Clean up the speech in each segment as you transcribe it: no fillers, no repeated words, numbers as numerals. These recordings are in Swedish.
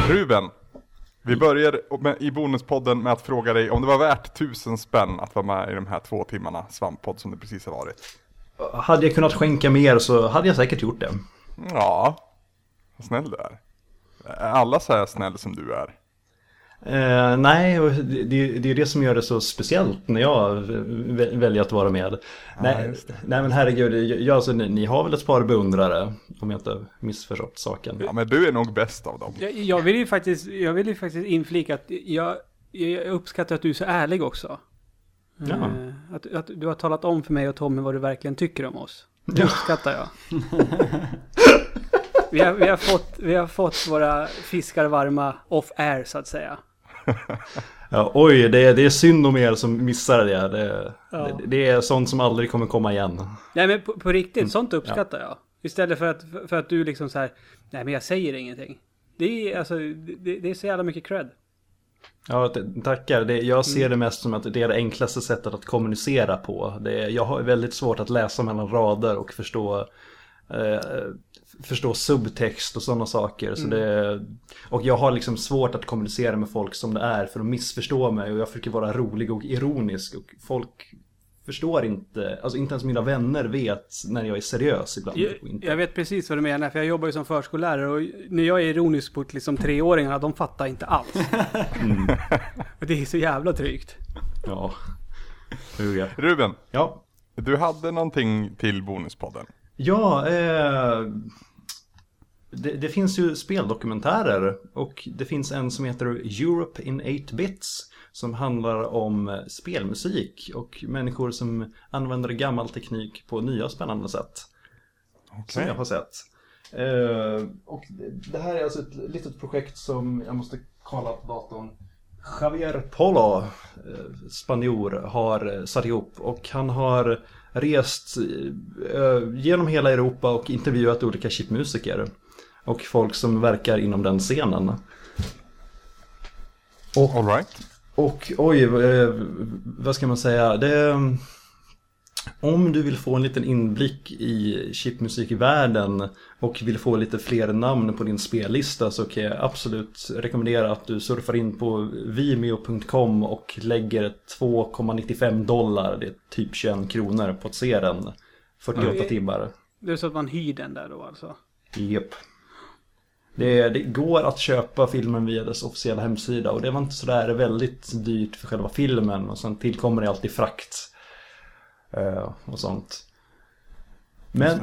Ruben, vi börjar i bonuspodden med att fråga dig om det var värt 1000 spänn att vara med i de här 2 timmarna Svamppodd som det precis har varit. Hade jag kunnat skänka mer så hade jag säkert gjort det. Ja, vad snäll du är. Är alla så här snäll som du är? Nej, och det är det som gör det så speciellt när jag väljer att vara med. Nej, men herregud, alltså, ni har väl ett par beundrare, om jag inte missförstått saken. Ja, men du är nog bäst av dem. Jag vill ju faktiskt inflika att jag uppskattar att du är så ärlig också. Ja. Att du har talat om för mig och Tommy vad du verkligen tycker om oss. Det uppskattar jag. Vi har fått våra fiskar varma off air så att säga. Ja, oj, det är synd om er som missar det. Det är sånt som aldrig kommer komma igen. Nej, men på riktigt, sånt uppskattar jag. Istället för att du liksom så här, nej men jag säger ingenting. Det är så jävla mycket cred. Ja, tackar. Jag ser det mest som att det är det enklaste sättet att kommunicera på. Jag har väldigt svårt att läsa mellan rader och förstå subtext och sådana saker. Så och jag har liksom svårt att kommunicera med folk som det är för att missförstå mig. Och jag försöker vara rolig och ironisk. Och folk förstår inte, alltså inte ens mina vänner vet när jag är seriös ibland. Jag vet precis vad du menar, för jag jobbar ju som förskollärare. Och när jag är ironisk på liksom 3-åringarna, de fattar inte alls. Och det är så jävla tryggt. Ja. Ruben, ja. Du hade någonting till bonuspodden. Ja, det finns ju speldokumentärer och det finns en som heter Europe in 8 bits som handlar om spelmusik och människor som använder gammal teknik på nya spännande sätt. Okay. Som jag har sett. Och det här är alltså ett litet projekt som jag måste kolla på datorn. Javier Polo, spanjor, har satt ihop och han har rest genom hela Europa och intervjuat olika chipmusiker och folk som verkar inom den scenen. Och, all right. Och oj, vad ska man säga? Om du vill få en liten inblick i chipmusikvärlden och vill få lite fler namn på din spellista så kan jag absolut rekommendera att du surfar in på vimeo.com och lägger $2,95, det är typ 21 kronor på att se den 48 timmar. Det är så att man hyr den där då alltså? Japp. Det går att köpa filmen via dess officiella hemsida och det var inte sådär väldigt dyrt för själva filmen och sen tillkommer det alltid frakt och sånt. Men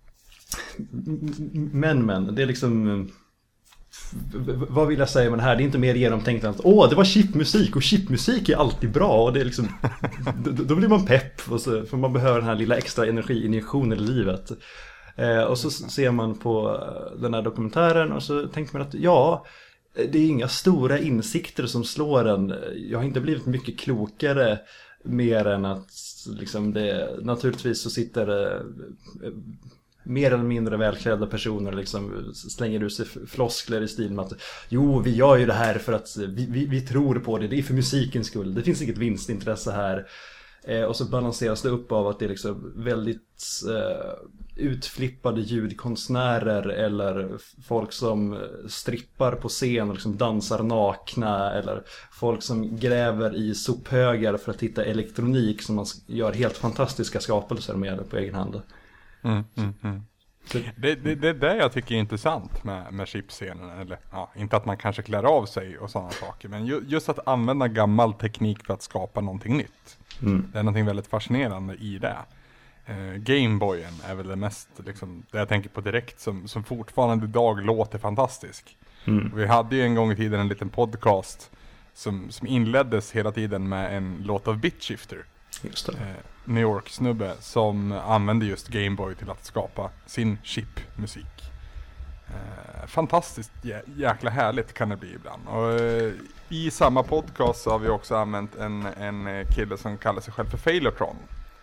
det är liksom, vad vill jag säga med det här? Det är inte mer genomtänkt än att det var chipmusik och chipmusik är alltid bra och det är liksom då blir man pepp och så, för man behöver den här lilla extra energiinjektionen i livet. Och så ser man på den här dokumentären och så tänker man att det är inga stora insikter som slår en. Jag har inte blivit mycket klokare mer än att liksom naturligtvis så sitter mer eller mindre välklädda personer liksom slänger ut sig floskler i stil med att vi gör ju det här för att vi tror på det är för musikens skull, det finns inget vinstintresse här. Och så balanseras det upp av att det är liksom väldigt utflippade ljudkonstnärer eller folk som strippar på scen och liksom dansar nakna eller folk som gräver i sophögar för att hitta elektronik som man gör helt fantastiska skapelser med på egen hand. Det är det jag tycker är intressant med chipscenen. Eller, inte att man kanske klär av sig och sådana saker, men just att använda gammal teknik för att skapa någonting nytt. Det är någonting väldigt fascinerande i det. Gameboyen är väl det mest liksom, det jag tänker på direkt som fortfarande idag låter fantastisk. Vi hade ju en gång i tiden en liten podcast som inleddes hela tiden med en låt av Bitshifter. Just det. New York-snubbe som använde just Gameboy till att skapa sin chipmusik. Fantastiskt jäkla härligt kan det bli ibland. Och i samma podcast så har vi också använt en kille som kallar sig själv för Failertron.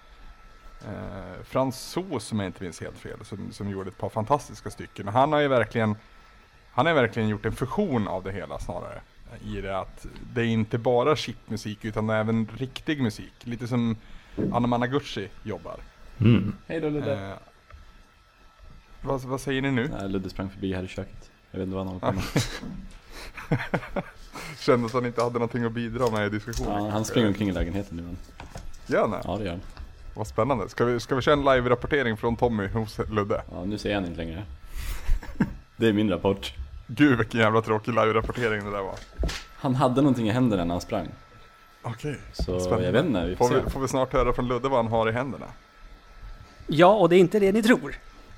Fransos som jag inte minns helt fel som gjorde ett par fantastiska stycken. Och han har verkligen gjort en fusion av det hela snarare. I det att det är inte bara chipmusik utan det är även riktig musik. Lite som Anna Managuchi jobbar. Hej då Ludde. Vad säger ni nu? Nej, Ludde sprang förbi här i köket. Jag vet inte vad han håller på med. Kände att han inte hade någonting att bidra med i diskussionen. Ja, han springer omkring i lägenheten nu. Gör han det? Ja, det gör han. Vad spännande. Ska vi köra en live-rapportering från Tommy hos Ludde? Ja, nu ser han inte längre. Det är min rapport. Gud, vilken jävla tråkig live-rapportering det där var. Han hade någonting i händerna när han sprang. Okej. Så Spännande. jag vet inte, vi får se. Får vi snart höra från Ludde vad han har i händerna? Ja, och det är inte det ni tror.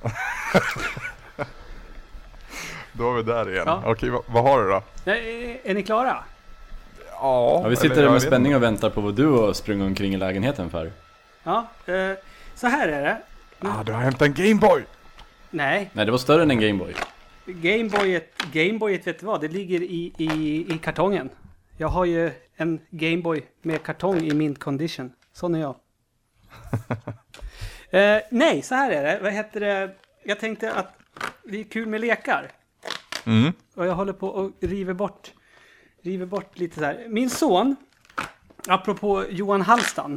Då är vi där igen. Ja. Okej, vad har du då? Är ni klara? Ja, Vi sitter där med spänning och väntar på vad du har sprungit omkring i lägenheten för. Ja, så här är det. Du har hämtat en Gameboy! Nej, Nej, det var större än en Gameboy. Gameboyet vet du vad? Det ligger i kartongen. Jag har ju en Gameboy med kartong i mint condition. Sån är jag. Nej, så här är det. Vad heter det? Jag tänkte att det är kul med lekar. Mm. Och jag håller på och river bort lite så här. Min son, apropå Johan Hallstan.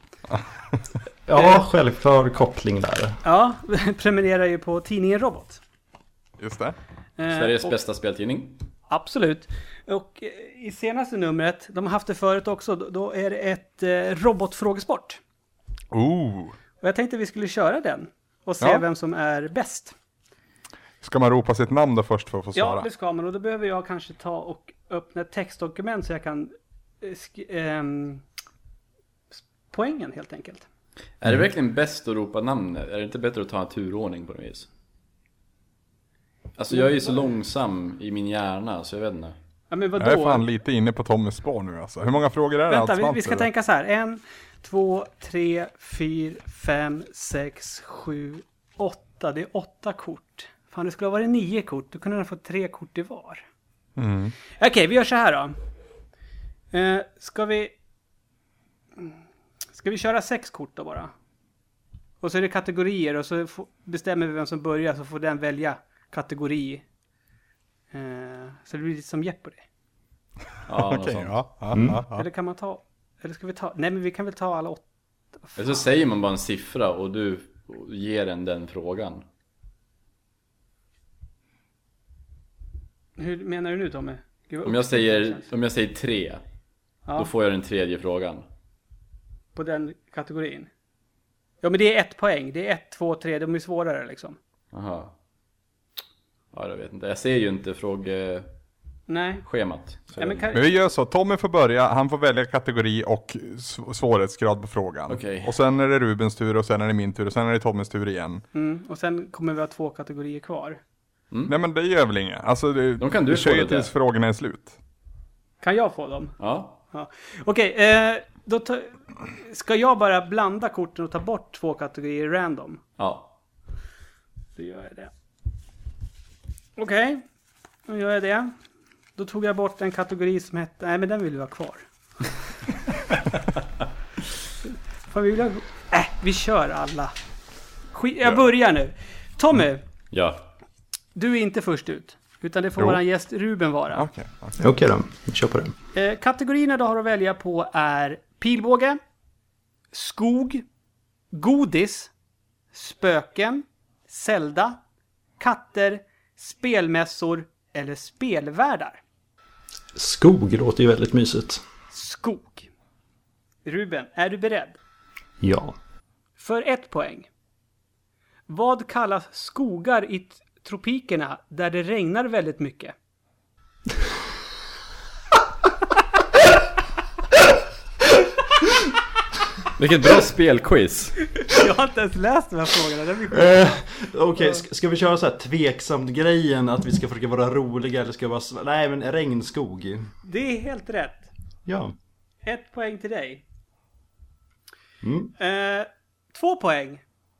Ja, självklar koppling där. Ja, prenumererar ju på tidningen Robot. Just det. Sveriges bästa speltidning. Absolut. Och i senaste numret, de har haft det förut också, då är det ett robotfrågesport. Och jag tänkte vi skulle köra den och se vem som är bäst. Ska man ropa sitt namn då först för att få svara? Ja, det ska man. Och då behöver jag kanske ta och öppna ett textdokument så jag kan poängen helt enkelt. Är det verkligen bäst att ropa namn? Är det inte bättre att ta en turordning på något vis? Alltså jag är ju så långsam i min hjärna så jag vet inte. Ja, men vadå? Jag är fan lite inne på Tommys spår nu alltså. Hur många frågor är det? Vänta, vi ska tänka så här. 1, 2, 3, 4, 5, 6, 7, 8. Det är 8 kort. Fan, det skulle ha varit 9 kort. Då kunde han få 3 kort i var. Mm. Okej, vi gör så här då. Ska vi köra 6 kort då bara? Och så är det kategorier och så bestämmer vi vem som börjar så får den välja kategori. Så det blir lite som Jeopardy. Ja, Okej, ja. Eller kan man ta... Eller ska vi ta... Nej, men vi kan väl ta alla 8. Eller så säger man bara en siffra och du ger den frågan. Hur menar du nu, Tommy? Om jag säger 3, då får jag den tredje frågan. På den kategorin? Ja, men det är 1 poäng. Det är 1, 2, 3. De är svårare liksom. Aha. Ja, jag vet inte. Jag ser ju inte frågeschemat. Ja, Men vi gör så. Tommy får börja. Han får välja kategori och svårighetsgrad på frågan. Okay. Och sen är det Rubens tur och sen är det min tur och sen är det Tommys tur igen. Och sen kommer vi ha 2 kategorier kvar. Nej, men det gör väl inget. Alltså, de kan du kör ju få tills frågorna är slut. Kan jag få dem? Ja. Okej, då ska jag bara blanda korten och ta bort 2 kategorier random? Ja. Då gör jag det. Okej, då gör jag det. Då tog jag bort en kategori som hette... Nej, men den vill vi ha kvar. Vi kör alla. Jag börjar nu. Tommy. Ja. Du är inte först ut. Utan det får våran gäst Ruben vara. Okej då, vi kör på det. Kategorierna du har att välja på är pilbåge, skog, godis, spöken, Zelda, katter, spelmässor eller spelvärldar. Skog låter ju väldigt mysigt. Skog. Ruben, är du beredd? Ja. För 1 poäng. Vad kallas skogar i tropikerna där det regnar väldigt mycket? Vilket bra spelquiz. Jag har inte ens läst de här frågorna. Okej, ska vi köra så här tveksamt grejen att vi ska försöka vara roliga eller ska vara... Nej, men regnskog. Det är helt rätt. Ja. 1 poäng till dig. 2 poäng.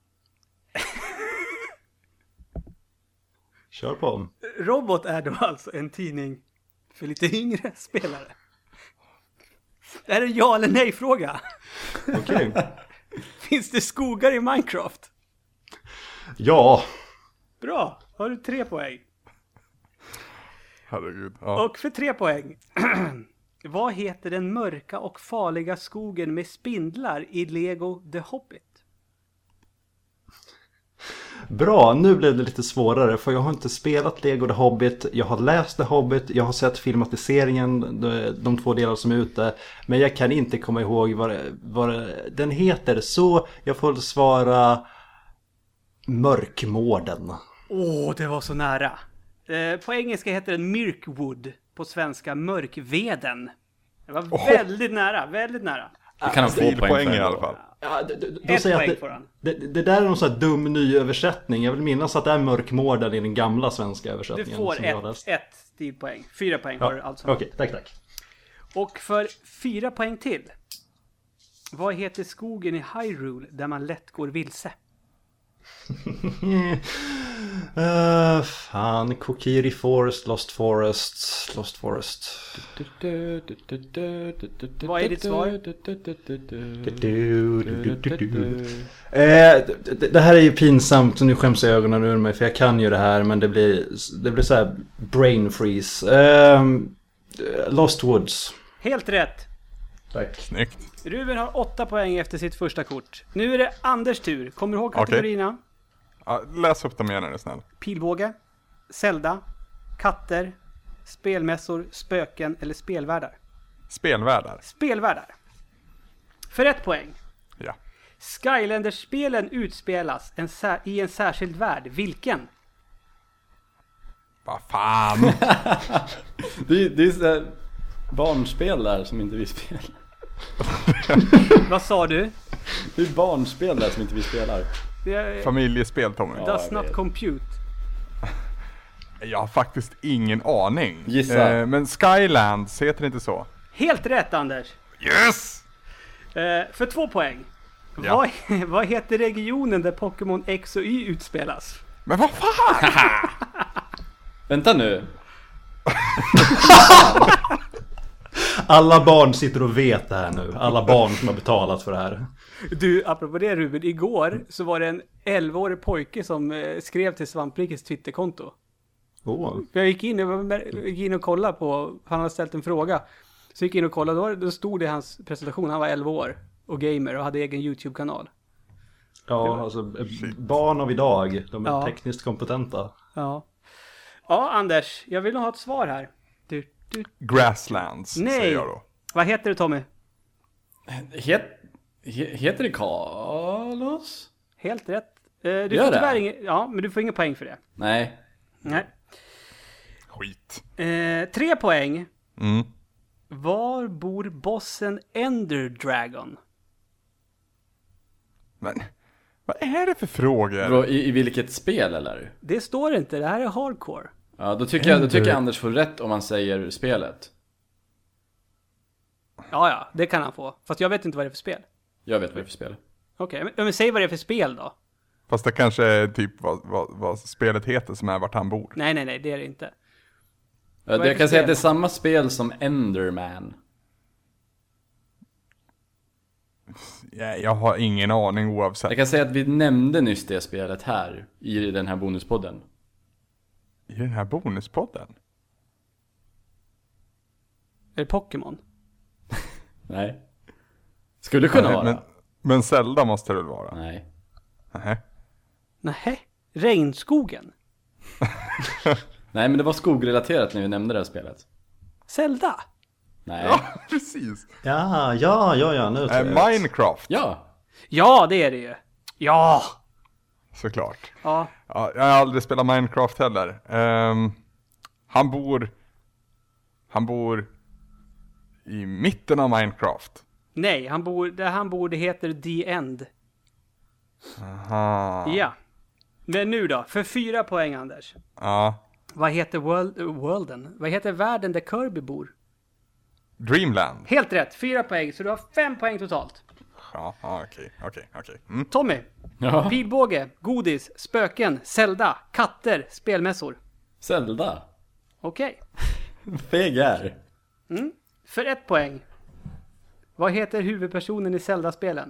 Kör på. Robot är då alltså en tidning för lite yngre spelare. Det här är en ja eller nej fråga. Okej. Finns det skogar i Minecraft? Ja. Bra, har du 3 poäng. Herregud. Ja. Och för 3 poäng. Vad heter den mörka och farliga skogen med spindlar i Lego The Hobbit? Bra, nu blev det lite svårare för jag har inte spelat Lego The Hobbit. Jag har läst The Hobbit, jag har sett filmatiseringen, de 2 delar som är ute. Men jag kan inte komma ihåg vad den heter, så jag får svara Mörkmården. Det var så nära. På engelska heter den Mirkwood, på svenska Mörkveden. Det var väldigt nära, väldigt nära. Du kan ha 2 poäng i alla fall. Ja, då Ett säger poäng att får han. det där är någon sån här dum ny översättning. Jag vill minnas att det är Mörkmården i den gamla svenska Du översättningen. får ett stilpoäng. 4 poäng har du alltså. Okej, tack. Och för 4 poäng till. Vad heter skogen i Hyrule där man lätt går vilse? Fan, Kokiri Forest, Lost Forest. Vad är ditt svar? Det här är ju pinsamt, så nu skäms jag ögonen ur mig för jag kan ju det här, men det blir så här brain freeze. Lost Woods. Helt rätt. Tack. Snyggt. Ruben har 8 poäng efter sitt första kort. Nu är det Anders tur. Kommer du ihåg kategorierna? Ja, läs upp dem igen är du snäll. Pilbåge, Zelda, katter, spelmässor, spöken eller spelvärldar. Spelvärldar. Spelvärldar. För 1 poäng. Ja. Skylanders-spelen utspelas i en särskild värld. Vilken? Vad fan. Det är så här barnspel där som inte vi spelar. Vad sa du? Det är barnspel där som inte vi spelar. Familjespel, Tommy. Does not compute. Jag har faktiskt ingen aning. Gissa. Men Skylands, heter det inte så? Helt rätt, Anders. Yes! För 2 poäng. Ja. Vad heter regionen där Pokémon X och Y utspelas? Men vad fan? Vänta nu. Alla barn sitter och vet det här nu. Alla barn som har betalat för det här. Du, apropå det Ruben, igår så var det en 11-årig pojke som skrev till Svamprikes Twitterkonto. Jag gick in och kollade på, han hade ställt en fråga. Så gick jag in och kollade, då stod det i hans presentation, han var 11 år och gamer och hade egen YouTube-kanal. Ja, alltså barn av idag, de är tekniskt kompetenta. Ja, Anders, jag vill nog ha ett svar här. Grasslands, säger jag då. Vad heter det, Tommy? Heter det Carlos? Helt rätt. Du får tyvärr men du får ingen poäng för det. Nej. Skit. 3 poäng. Mm. Var bor bossen Ender Dragon? Men, vad är det för frågor? Bro, i vilket spel eller? Det står inte, det här är hardcore. Ja, då tycker jag Anders får rätt om man säger spelet. Ja, det kan han få. Fast jag vet inte vad det är för spel. Jag vet vad det är för spel. Okej, men säg vad det är för spel då. Fast det kanske är typ vad spelet heter som är vart han bor. Nej, det är det inte. Jag kan säga att det är samma spel som Enderman. Ja, jag har ingen aning oavsett. Jag kan säga att vi nämnde nyss det spelet här i den här bonuspodden. I den här bonuspodden? Är det Pokémon? Nej. Skulle kunna vara. Men Zelda måste det väl vara? Nej. Nej. Regnskogen? Nej, men det var skogrelaterat när vi nämnde det här spelet. Zelda? Nej. Ja, precis. Ja, nu tror jag. Minecraft. Ja, det är det ju. Ja. Såklart. Ja, jag har aldrig spelat Minecraft heller. Han bor i mitten av Minecraft. Nej, där han bor det heter The End. Aha. Ja. Men nu då, för 4 poäng, Anders. Ja. Vad heter worlden? Vad heter världen där Kirby bor? Dreamland. Helt rätt, 4 poäng, så du har 5 poäng totalt. Ja, okej. Mm. Tommy, pilbåge, godis, spöken, Zelda, katter, spelmässor. Zelda. Okej. Feg är. För 1 poäng. Vad heter huvudpersonen i Zelda-spelen?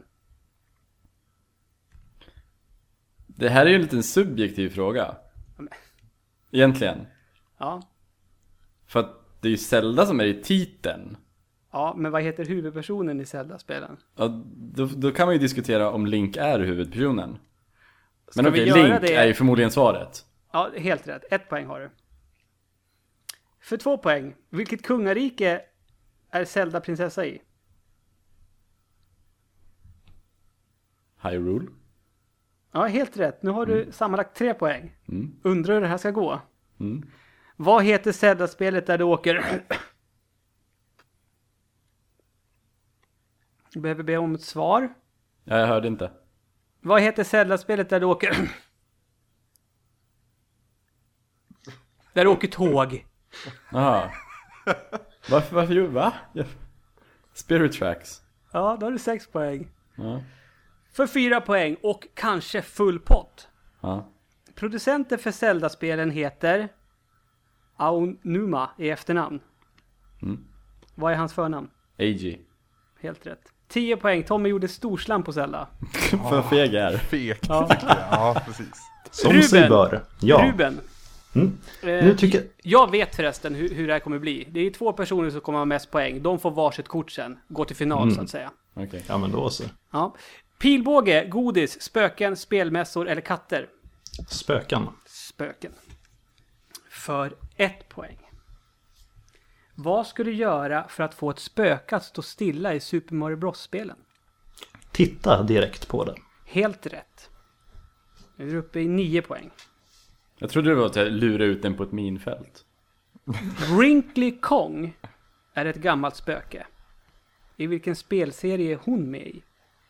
Det här är ju en liten subjektiv fråga. Egentligen. Ja. För att det är ju Zelda som är i titeln. Ja, men vad heter huvudpersonen i Zelda-spelen? Ja, då kan man ju diskutera om Link är huvudpersonen. Men okej, Link är ju förmodligen svaret. Ja, helt rätt. 1 poäng har du. För 2 poäng. Vilket kungarike är Zelda prinsessa i? Hyrule. Ja, helt rätt. Nu har du sammanlagt 3 poäng. Undrar hur det här ska gå. Vad heter Zelda-spelet där du åker... Du behöver be om ett svar. Ja, jag hörde inte. Vad heter Zelda-spelet där du åker... Där du åker tåg. Jaha. Varför va? Spirit Tracks. Ja, då har du 6 poäng. Ja. För 4 poäng och kanske full pott. Ja. Producenter för Zelda-spelen heter Aonuma i efternamn. Vad är hans förnamn? AG. Helt rätt. 10 poäng. Tommy gjorde storslam på Zelda. För feg är. Fegt, ja, precis. Som Ruben. sig bör. Ja. Ruben. Nu tycker Jag vet förresten hur det här kommer bli. Det är 2 personer som kommer ha mest poäng. De får varsitt kort sen. Gå till final så att säga. Okay. Ja, men då så. Ja. Pilbåge, godis, spöken, spelmässor eller katter? Spöken. Spöken. För 1 poäng. Vad ska du göra för att få ett spöke att stå stilla i Super Mario Bros-spelen? Titta direkt på det. Helt rätt. Nu är du uppe i 9 poäng. Jag trodde det var att jag lurade ut den på ett minfält. Wrinkly Kong är ett gammalt spöke. I vilken spelserie är hon med i?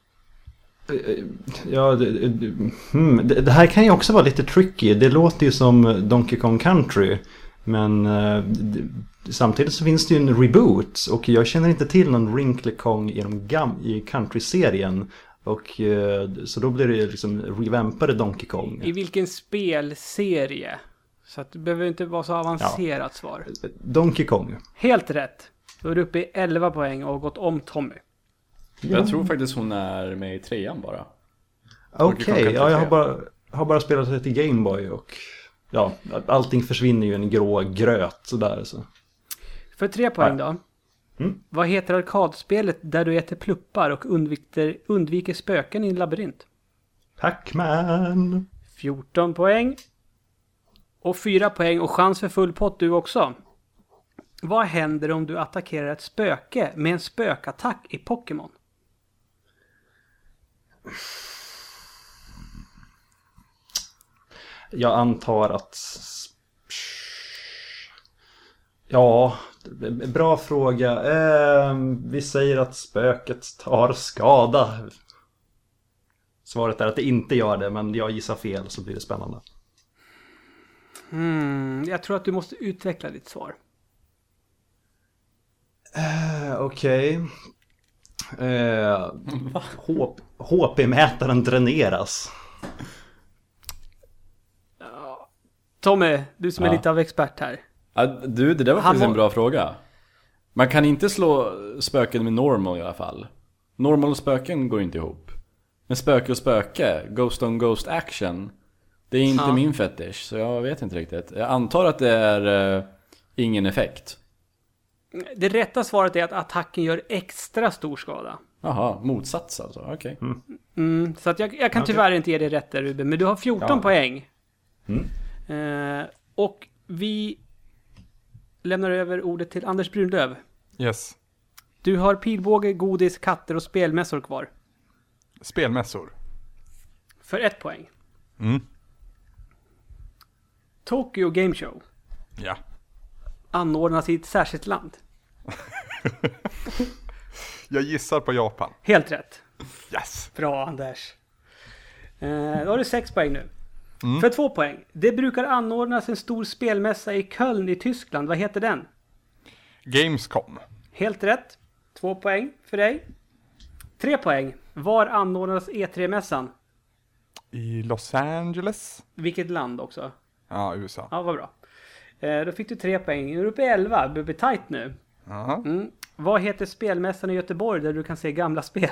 Ja, det här kan ju också vara lite tricky. Det låter ju som Donkey Kong Country. Men samtidigt så finns det ju en reboot. Och jag känner inte till någon Wrinkly Kong i Country-serien. Och så då blir det liksom revampade Donkey Kong. I vilken spelserie? Så att det behöver inte vara så avancerat svar. Donkey Kong. Helt rätt. Då är du uppe i 11 poäng och har gått om Tommy. Ja. Jag tror faktiskt hon är med i 3:an bara. Okej, ja, jag har bara spelat det till Game Boy och ja, allting försvinner ju i en grå gröt sådär så. För 3 poäng då. Vad heter arkadspelet där du äter pluppar och undviker spöken i en labyrint? Pac-Man. 14 poäng. Och 4 poäng och chans för full pott du också. Vad händer om du attackerar ett spöke med en spökattack i Pokémon? Jag antar att... Ja, bra fråga. Vi säger att spöket tar skada. Svaret är att det inte gör det, men jag gissar fel så blir det spännande. Jag tror att du måste utveckla ditt svar. Okej. HP-mätaren dräneras. Tommy, du som är lite av expert här. Ja, det där var faktiskt en bra fråga. Man kan inte slå spöken med normal i alla fall. Normal och spöken går inte ihop. Men spöke och spöke, ghost on ghost action, det är inte min fetish, så jag vet inte riktigt. Jag antar att det är ingen effekt. Det rätta svaret är att attacken gör extra stor skada. Jaha, motsats alltså, okej. Så att jag kan tyvärr inte ge dig rätt där, Ruben. Men du har 14 poäng. Och vi lämnar över ordet till Anders Brunlöv. Yes. Du har pilbåge, godis, katter och spelmässor kvar. Spelmässor. För 1 poäng. Tokyo Game Show. Ja. Anordnas i ett särskilt land. Jag gissar på Japan. Helt rätt. Yes. Bra, Anders. Då har du 6 poäng nu. För 2 poäng. Det brukar anordnas en stor spelmässa i Köln i Tyskland. Vad heter den? Gamescom. Helt rätt. 2 poäng för dig. 3 poäng. Var anordnas E3-mässan? I Los Angeles. Vilket land också? Ja, USA. Ja, vad bra. Då fick du 3 poäng. Nu är du uppe i 11. Det blir tight nu. Vad heter spelmässan i Göteborg där du kan se gamla spel?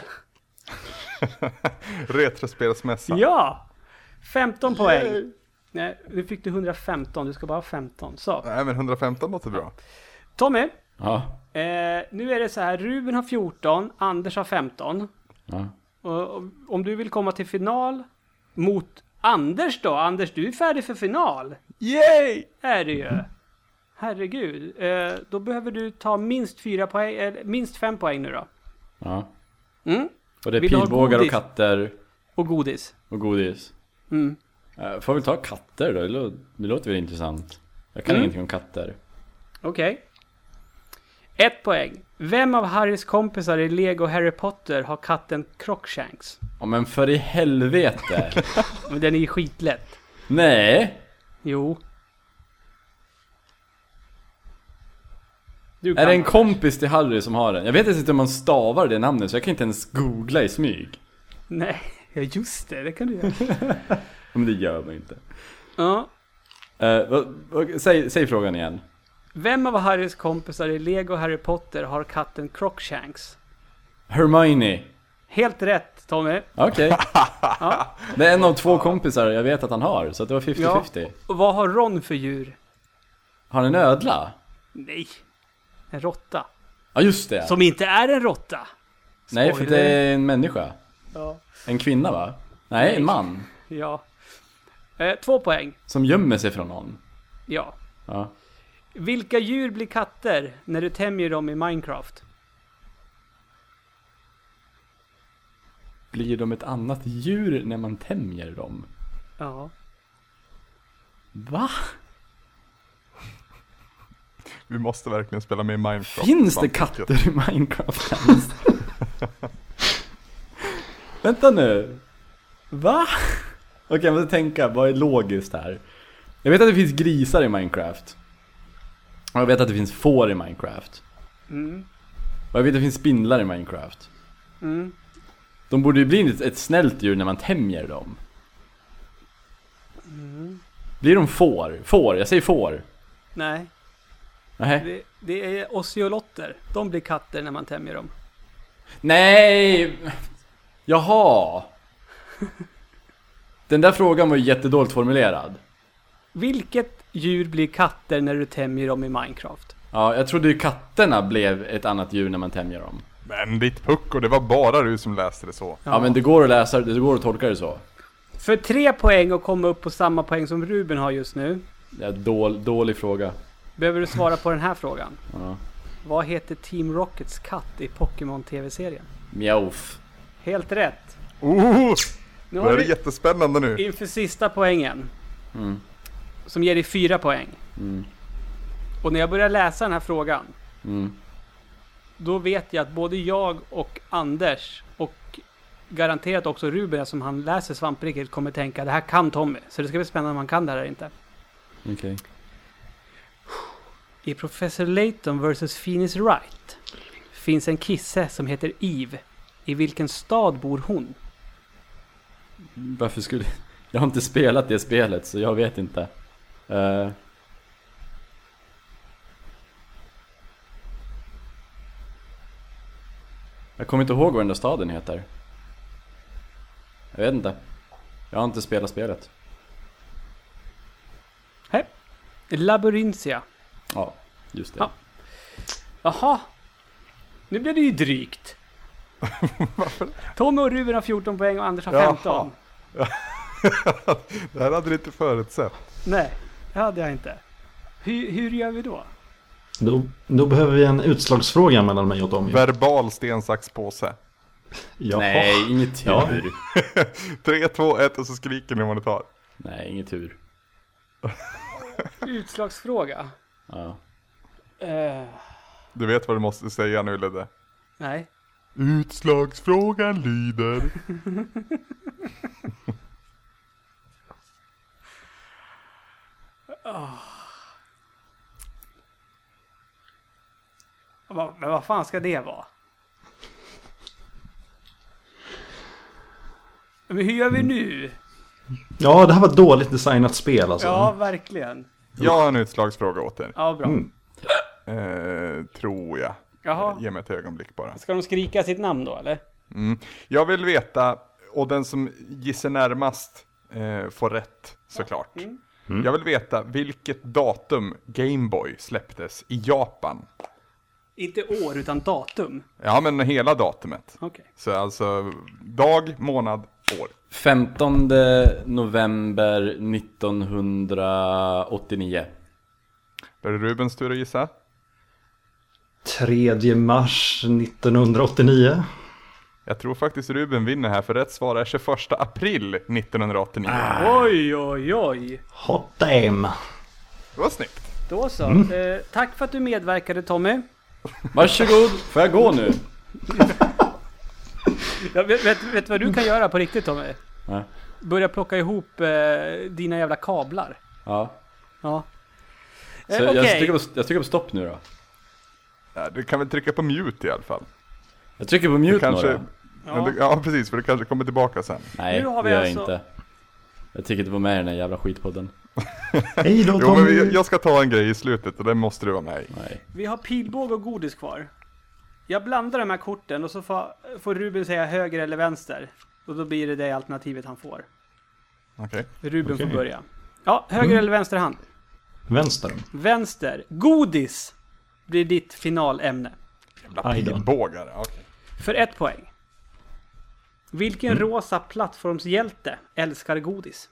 Retrospelsmässan. Ja! 15 poäng. Nej, nu fick du 115. Du ska bara ha 15. Så. Nej, men 115 låter bra. Tommy. Ja. Nu är det så här. Ruben har 14. Anders har 15. Ja. Och om du vill komma till final mot Anders då? Anders, du är färdig för final. Yay! Är det ju. Herregud. Då behöver du ta minst 4 poäng, minst 5 poäng nu då. Ja. Mm. Och det är pilbågar och katter. Och godis. Och godis. Mm. Får vi ta katter då? Det låter väl intressant. Jag kan ingenting om katter. Okej. 1 poäng. Vem av Harrys kompisar i Lego Harry Potter har katten Crookshanks? Ja, men för i helvete. Men den är ju skitlätt. Nej. Jo. Är det en kompis till Harry som har den? Jag vet inte hur man stavar det namnet, så jag kan inte ens googla i smyg. Nej, ja just det kan du göra. Men det gör man inte. Ja. Säg frågan igen. Vem av Harrys kompisar i Lego Harry Potter har katten Crookshanks? Hermione. Helt rätt, Tommy. Okej. Ja. Det är en av 2 kompisar jag vet att han har, så det var 50-50. Ja. Och vad har Ron för djur? Har han en ödla? Nej, en råtta. Ja, just det. Som inte är en råtta. Nej, för det är en människa. Ja. En kvinna, va? Nej, en man. Ja. 2 poäng. Som gömmer sig från någon. Ja. Ja. Vilka djur blir katter när du tämjer dem i Minecraft? Blir de ett annat djur när man tämjer dem? Ja. Va? Vi måste verkligen spela med i Minecraft. Finns det katter i Minecraft ens? Vänta nu. Va? Okej, jag måste tänka. Vad är logiskt här? Jag vet att det finns grisar i Minecraft. Och jag vet att det finns får i Minecraft. Mm. Och jag vet att det finns spindlar i Minecraft. Mm. De borde ju bli ett snällt djur när man tämjer dem. Mm. Blir de får? Får, jag säger får. Nej. Nej. Det är oceolotter. De blir katter när man tämjer dem. Nej! Jaha! Den där frågan var ju jättedåligt formulerad. Vilket djur blir katter när du tämjer dem i Minecraft? Ja, jag trodde ju katterna blev ett annat djur när man tämjer dem. Men ditt pucko, det var bara du som läste det så. Ja, men det går att läsa, det går att tolka det så. För 3 poäng och komma upp på samma poäng som Ruben har just nu. Det är dålig fråga. Behöver du svara på den här frågan? Ja. Vad heter Team Rockets katt i Pokémon TV-serien? Mjauff. Helt rätt. Nu är det jättespännande nu. Inför sista poängen. Mm. Som ger dig 4 poäng. Mm. Och när jag börjar läsa den här frågan. Mm. Då vet jag att både jag och Anders och garanterat också Ruben som han läser Svampriket kommer tänka det här kan Tommy. Så det ska bli spännande om man kan det här eller inte. Okej. I Professor Layton vs. Phoenix Wright finns en kisse som heter Eve. I vilken stad bor hon? Varför skulle... Jag har inte spelat det spelet så jag vet inte. Jag kommer inte ihåg vad den där staden heter. Jag vet inte. Jag har inte spelat spelet. Hej. Labyrinthia. Ja, just det. Ja. Jaha. Nu blir det ju drygt. Tommy och Ruben har 14 poäng och Anders har 15. Det här hade du inte förutsett. Nej, det hade jag inte. Hur gör vi då? Då behöver vi en utslagsfråga mellan mig och Tommy. Verbal sten, sax, påse. Jaha. Nej, inget tur. Ja. 3, 2, 1 och så skriker ni vad ni tar. Nej, inget tur. Utslagsfråga. Ja. Du vet vad du måste säga nu, Ludde. Nej. Utslagsfrågan lyder... Men vad fan ska det vara? Men hur gör vi nu? Ja, det här var ett dåligt designat spel alltså. Ja, verkligen. Jag har en utslagsfråga åt er. Ja, bra. Tror jag. Jaha. Ge mig ett ögonblick bara. Ska de skrika sitt namn då, eller? Jag vill veta, och den som gissar närmast får rätt, såklart. Jag vill veta vilket datum Game Boy släpptes i Japan. Inte år, utan datum. Ja, men hela datumet. Okej. Så alltså dag, månad, år. 15 november 1989. Då är det Rubens tur att gissa. 3 mars 1989. Jag tror faktiskt Ruben vinner här, för rätt svar är 21 april 1989. Oj, oj, oj. Hot damn. Det var snyggt. Då så. Tack för att du medverkade, Tommy. Varsågod, får jag gå nu? Jag vet vad du kan göra på riktigt, Tommy? Ja. Börja plocka ihop dina jävla kablar. Ja. Ja. Så Okej. jag trycker på stopp nu då. Ja, du kan väl trycka på mute i alla fall. Jag trycker på mute Kanske, nu då. ja, precis, för det kanske kommer tillbaka sen. Nej, Nu har vi det gör jag alltså- inte. Jag tycker inte på med i den här jävla skitpodden. Hej då, Jo, Tommy. men jag ska ta en grej i slutet och den måste du vara med i. Nej. Vi har pilbåge och godis kvar. Jag blandar de här korten och så får Ruben säga höger eller vänster. Och då blir det alternativet han får. Okej. Ruben Okej. får börja. Ja, höger eller vänster hand? Vänster. Vänster. Godis blir ditt finalämne. Jävla Aj då. pilbågar. Okej. För 1 poäng. Vilken rosa plattformshjälte älskar godis?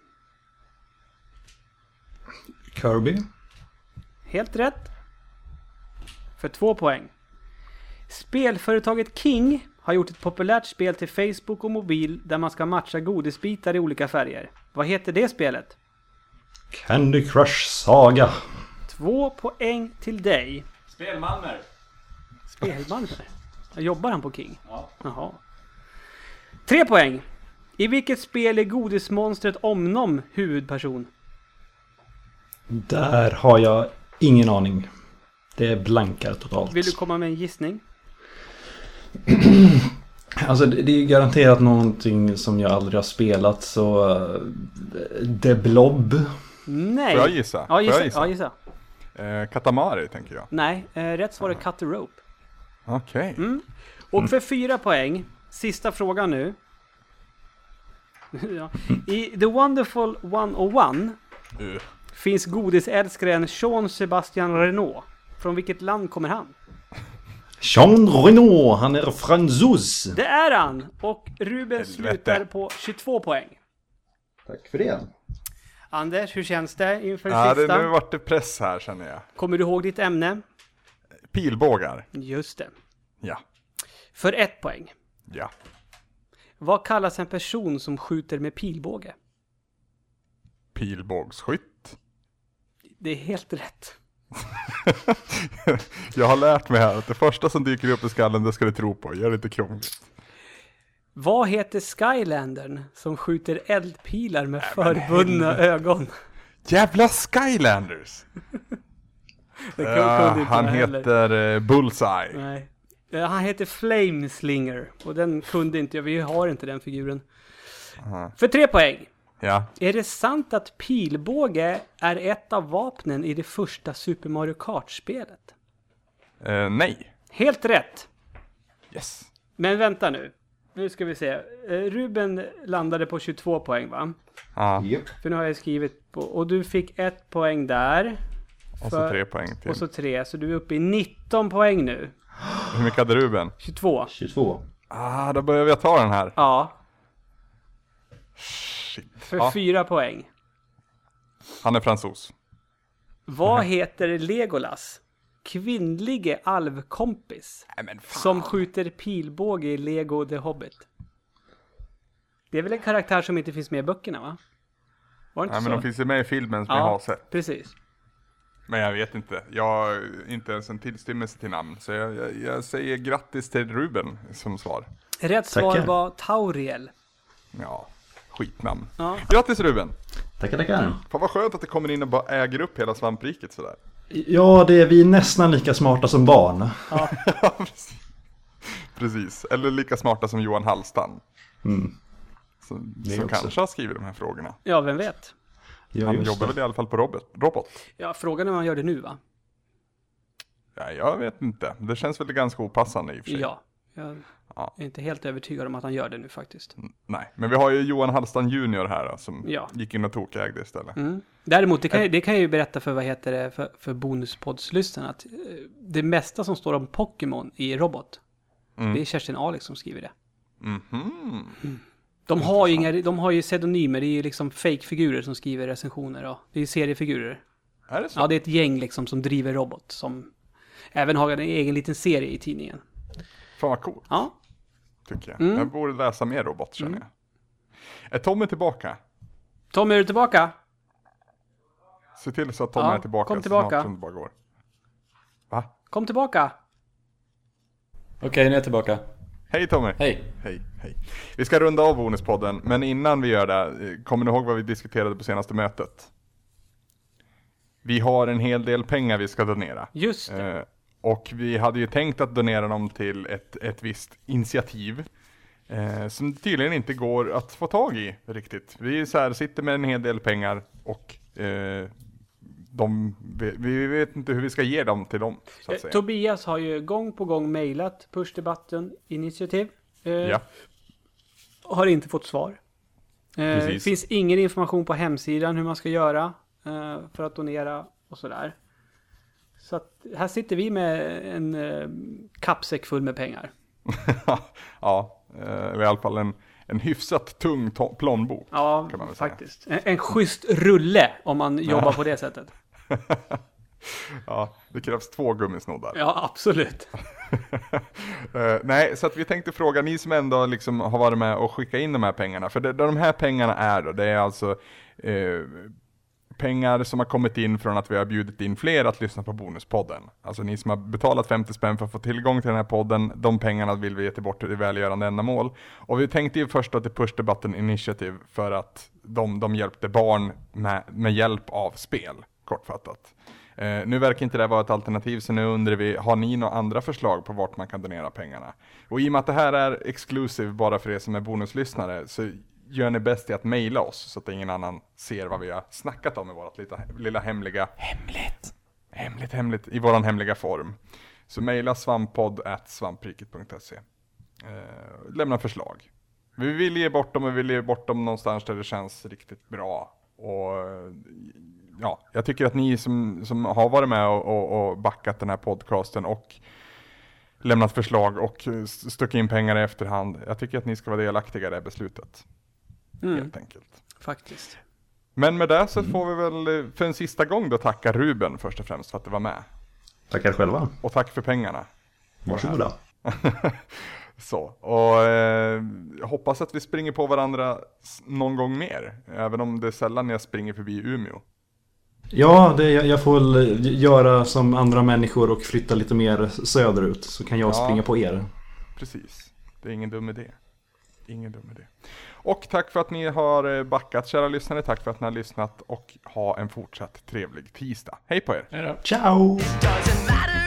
Kirby. Helt rätt. För 2 poäng. Spelföretaget King har gjort ett populärt spel till Facebook och mobil där man ska matcha godisbitar i olika färger. Vad heter det spelet? Candy Crush Saga. 2 poäng till dig. Spelmalmer. Spelmalmer? Jobbar han på King? Ja. Jaha. 3 poäng. I vilket spel är godismonstret Omnom huvudperson? Där har jag ingen aning. Det är blankar totalt. Vill du komma med en gissning? Alltså det är garanterat någonting som jag aldrig har spelat, så The Blob. Nej. Får jag gissa? Ja, gissa. Får jag gissa? Ja, gissa. Katamari tänker jag. Nej, rätt svar är Cut the Rope. Okej. Och för 4 poäng, sista frågan nu. Ja. I The Wonderful 101 finns godisälskaren Jean Sebastian Renault. Från vilket land kommer han? Jean Renault, han är fransos. Det är han! Och Ruben Helvete. slutar på 22 poäng. Tack för det. Anders, hur känns det inför Ja, sista? nu vart det press här känner jag. Kommer du ihåg ditt ämne? Pilbågar. Just det. Ja. För 1 poäng. Ja. Vad kallas en person som skjuter med pilbåge? Pilbågsskytt. Det är helt rätt. Jag har lärt mig här att det första som dyker upp i skallen, det ska du tro på. Gör det inte krångligt. Vad heter Skylandern som skjuter eldpilar med förbundna ögon? Jävla Skylanders! Kunde inte Han jag heller. heter Bullseye. Nej. Han heter Flameslinger. Och den kunde inte jag. Vi har inte den figuren. För 3 poäng. Ja. Är det sant att pilbåge är ett av vapnen i det första Super Mario Kart-spelet? Nej. Helt rätt. Yes. Men vänta nu. Nu ska vi se. Ruben landade på 22 poäng, va? Ja. För nu har jag skrivit på... Och du fick 1 poäng där. Och så 3 poäng till. Och så 3. Så du är uppe i 19 poäng nu. Hur mycket hade Ruben? 22. 22. Då börjar jag ta den här. Ja. Shit. För Ja. 4 poäng. Han är fransos. Vad heter Legolas kvinnlige alvkompis Nej men fan. som skjuter pilbåge i Lego The Hobbit? Det är väl en karaktär som inte finns med i böckerna, va? Var det inte Nej men så? de finns ju med i filmen som jag har sett. Precis. Men jag vet inte. Jag har inte ens en tillstymmelse till namn. Så jag säger grattis till Ruben som svar. Rätt svar Tackar. var Tauriel. Ja, skitnamn. Ja. Grattis Ruben! Tackar, tackar. Fan vad skönt att det kommer in och bara äger upp hela svampriket sådär. Ja, det är vi nästan lika smarta som barn. Ja, precis. Eller lika smarta som Johan Hallstam. Som också. kanske har skrivit de här frågorna. Ja, vem vet? Ja, Han just jobbar det. väl i alla fall på robot. Ja, frågan är om han gör det nu, va? Ja, jag vet inte. Det känns väl ganska opassande i och för sig. Ja. Jag Ja. är inte helt övertygad om att han gör det nu faktiskt. Nej, men vi har ju Johan Hallstam Junior här då, som Ja. gick in och tokägde istället. Däremot, det kan jag ju berätta för, vad heter det, för bonuspoddslyssnarna, att det mesta som står om Pokémon i Robot, det är Kerstin Alex som skriver det. De har ju pseudonymer, det är ju liksom fake-figurer som skriver recensioner. Ja. Det är ju seriefigurer. Är det så? Ja, det är ett gäng liksom som driver robot. Som även har en egen liten serie i tidningen. Fan vad coolt. Ja. Tycker jag. Jag borde läsa mer robot, känner jag. Är Tommy tillbaka? Tommy, är du tillbaka? Se till så att Tommy är tillbaka. Kom tillbaka. Så snart som det bara går. Va? Kom tillbaka. Okej, nu är jag tillbaka. Hej Tommy. Hej. Hej. Vi ska runda av bonuspodden, men innan vi gör det, kommer ni ihåg vad vi diskuterade på senaste mötet? Vi har en hel del pengar vi ska donera. Just det. Och vi hade ju tänkt att donera dem till ett visst initiativ. Som tydligen inte går att få tag i riktigt. Vi sitter med en hel del pengar och vi vet inte hur vi ska ge dem till dem. Så att säga. Tobias har ju gång på gång mejlat Push the Button initiativ. Ja. Har inte fått svar. Finns ingen information på hemsidan hur man ska göra för att donera och sådär. Så att här sitter vi med en kappsäck full med pengar. Ja, i alla fall en hyfsat tung plånbok. Ja, kan man väl faktiskt. En schysst rulle om man jobbar på det sättet. Ja, det krävs 2 gummisnoddar. Ja, absolut. Nej, så att vi tänkte fråga ni som ändå liksom har varit med och skicka in de här pengarna. För det de här pengarna är då, det är alltså pengar som har kommit in från att vi har bjudit in fler att lyssna på bonuspodden. Alltså ni som har betalat 50 spänn för att få tillgång till den här podden, de pengarna vill vi ge till bort till välgörande ändamål. Och vi tänkte ju först att det Push the Button Initiative för att de hjälpte barn med hjälp av spel, kortfattat. Nu verkar inte det vara ett alternativ, så nu undrar vi, har ni några andra förslag på vart man kan donera pengarna? Och i och med att det här är exklusivt bara för er som är bonuslyssnare, så gör ni bäst i att mejla oss så att ingen annan ser vad vi har snackat om i vårt lilla hemliga... Hemligt. I våran hemliga form. Så mejla svamppodd@svampriket.se. Lämna förslag. Vi vill ge bort dem någonstans där det känns riktigt bra. Och ja, jag tycker att ni som har varit med och backat den här podcasten och lämnat förslag och stuckit in pengar i efterhand. Jag tycker att ni ska vara delaktiga i det beslutet. Helt enkelt. Faktiskt. Men med det så får vi väl för en sista gång då tacka Ruben först och främst för att du var med. Tackar själva. Och tack för pengarna. Varsågoda. Så, och hoppas att vi springer på varandra någon gång mer. Även om det är sällan jag springer förbi Umeå. Ja, jag får väl göra som andra människor och flytta lite mer söderut. Så kan jag springa på er. Precis, det är ingen dum idé. Och tack för att ni har backat, kära lyssnare. Tack för att ni har lyssnat och ha en fortsatt trevlig tisdag. Hej på er. Hej då. Ciao!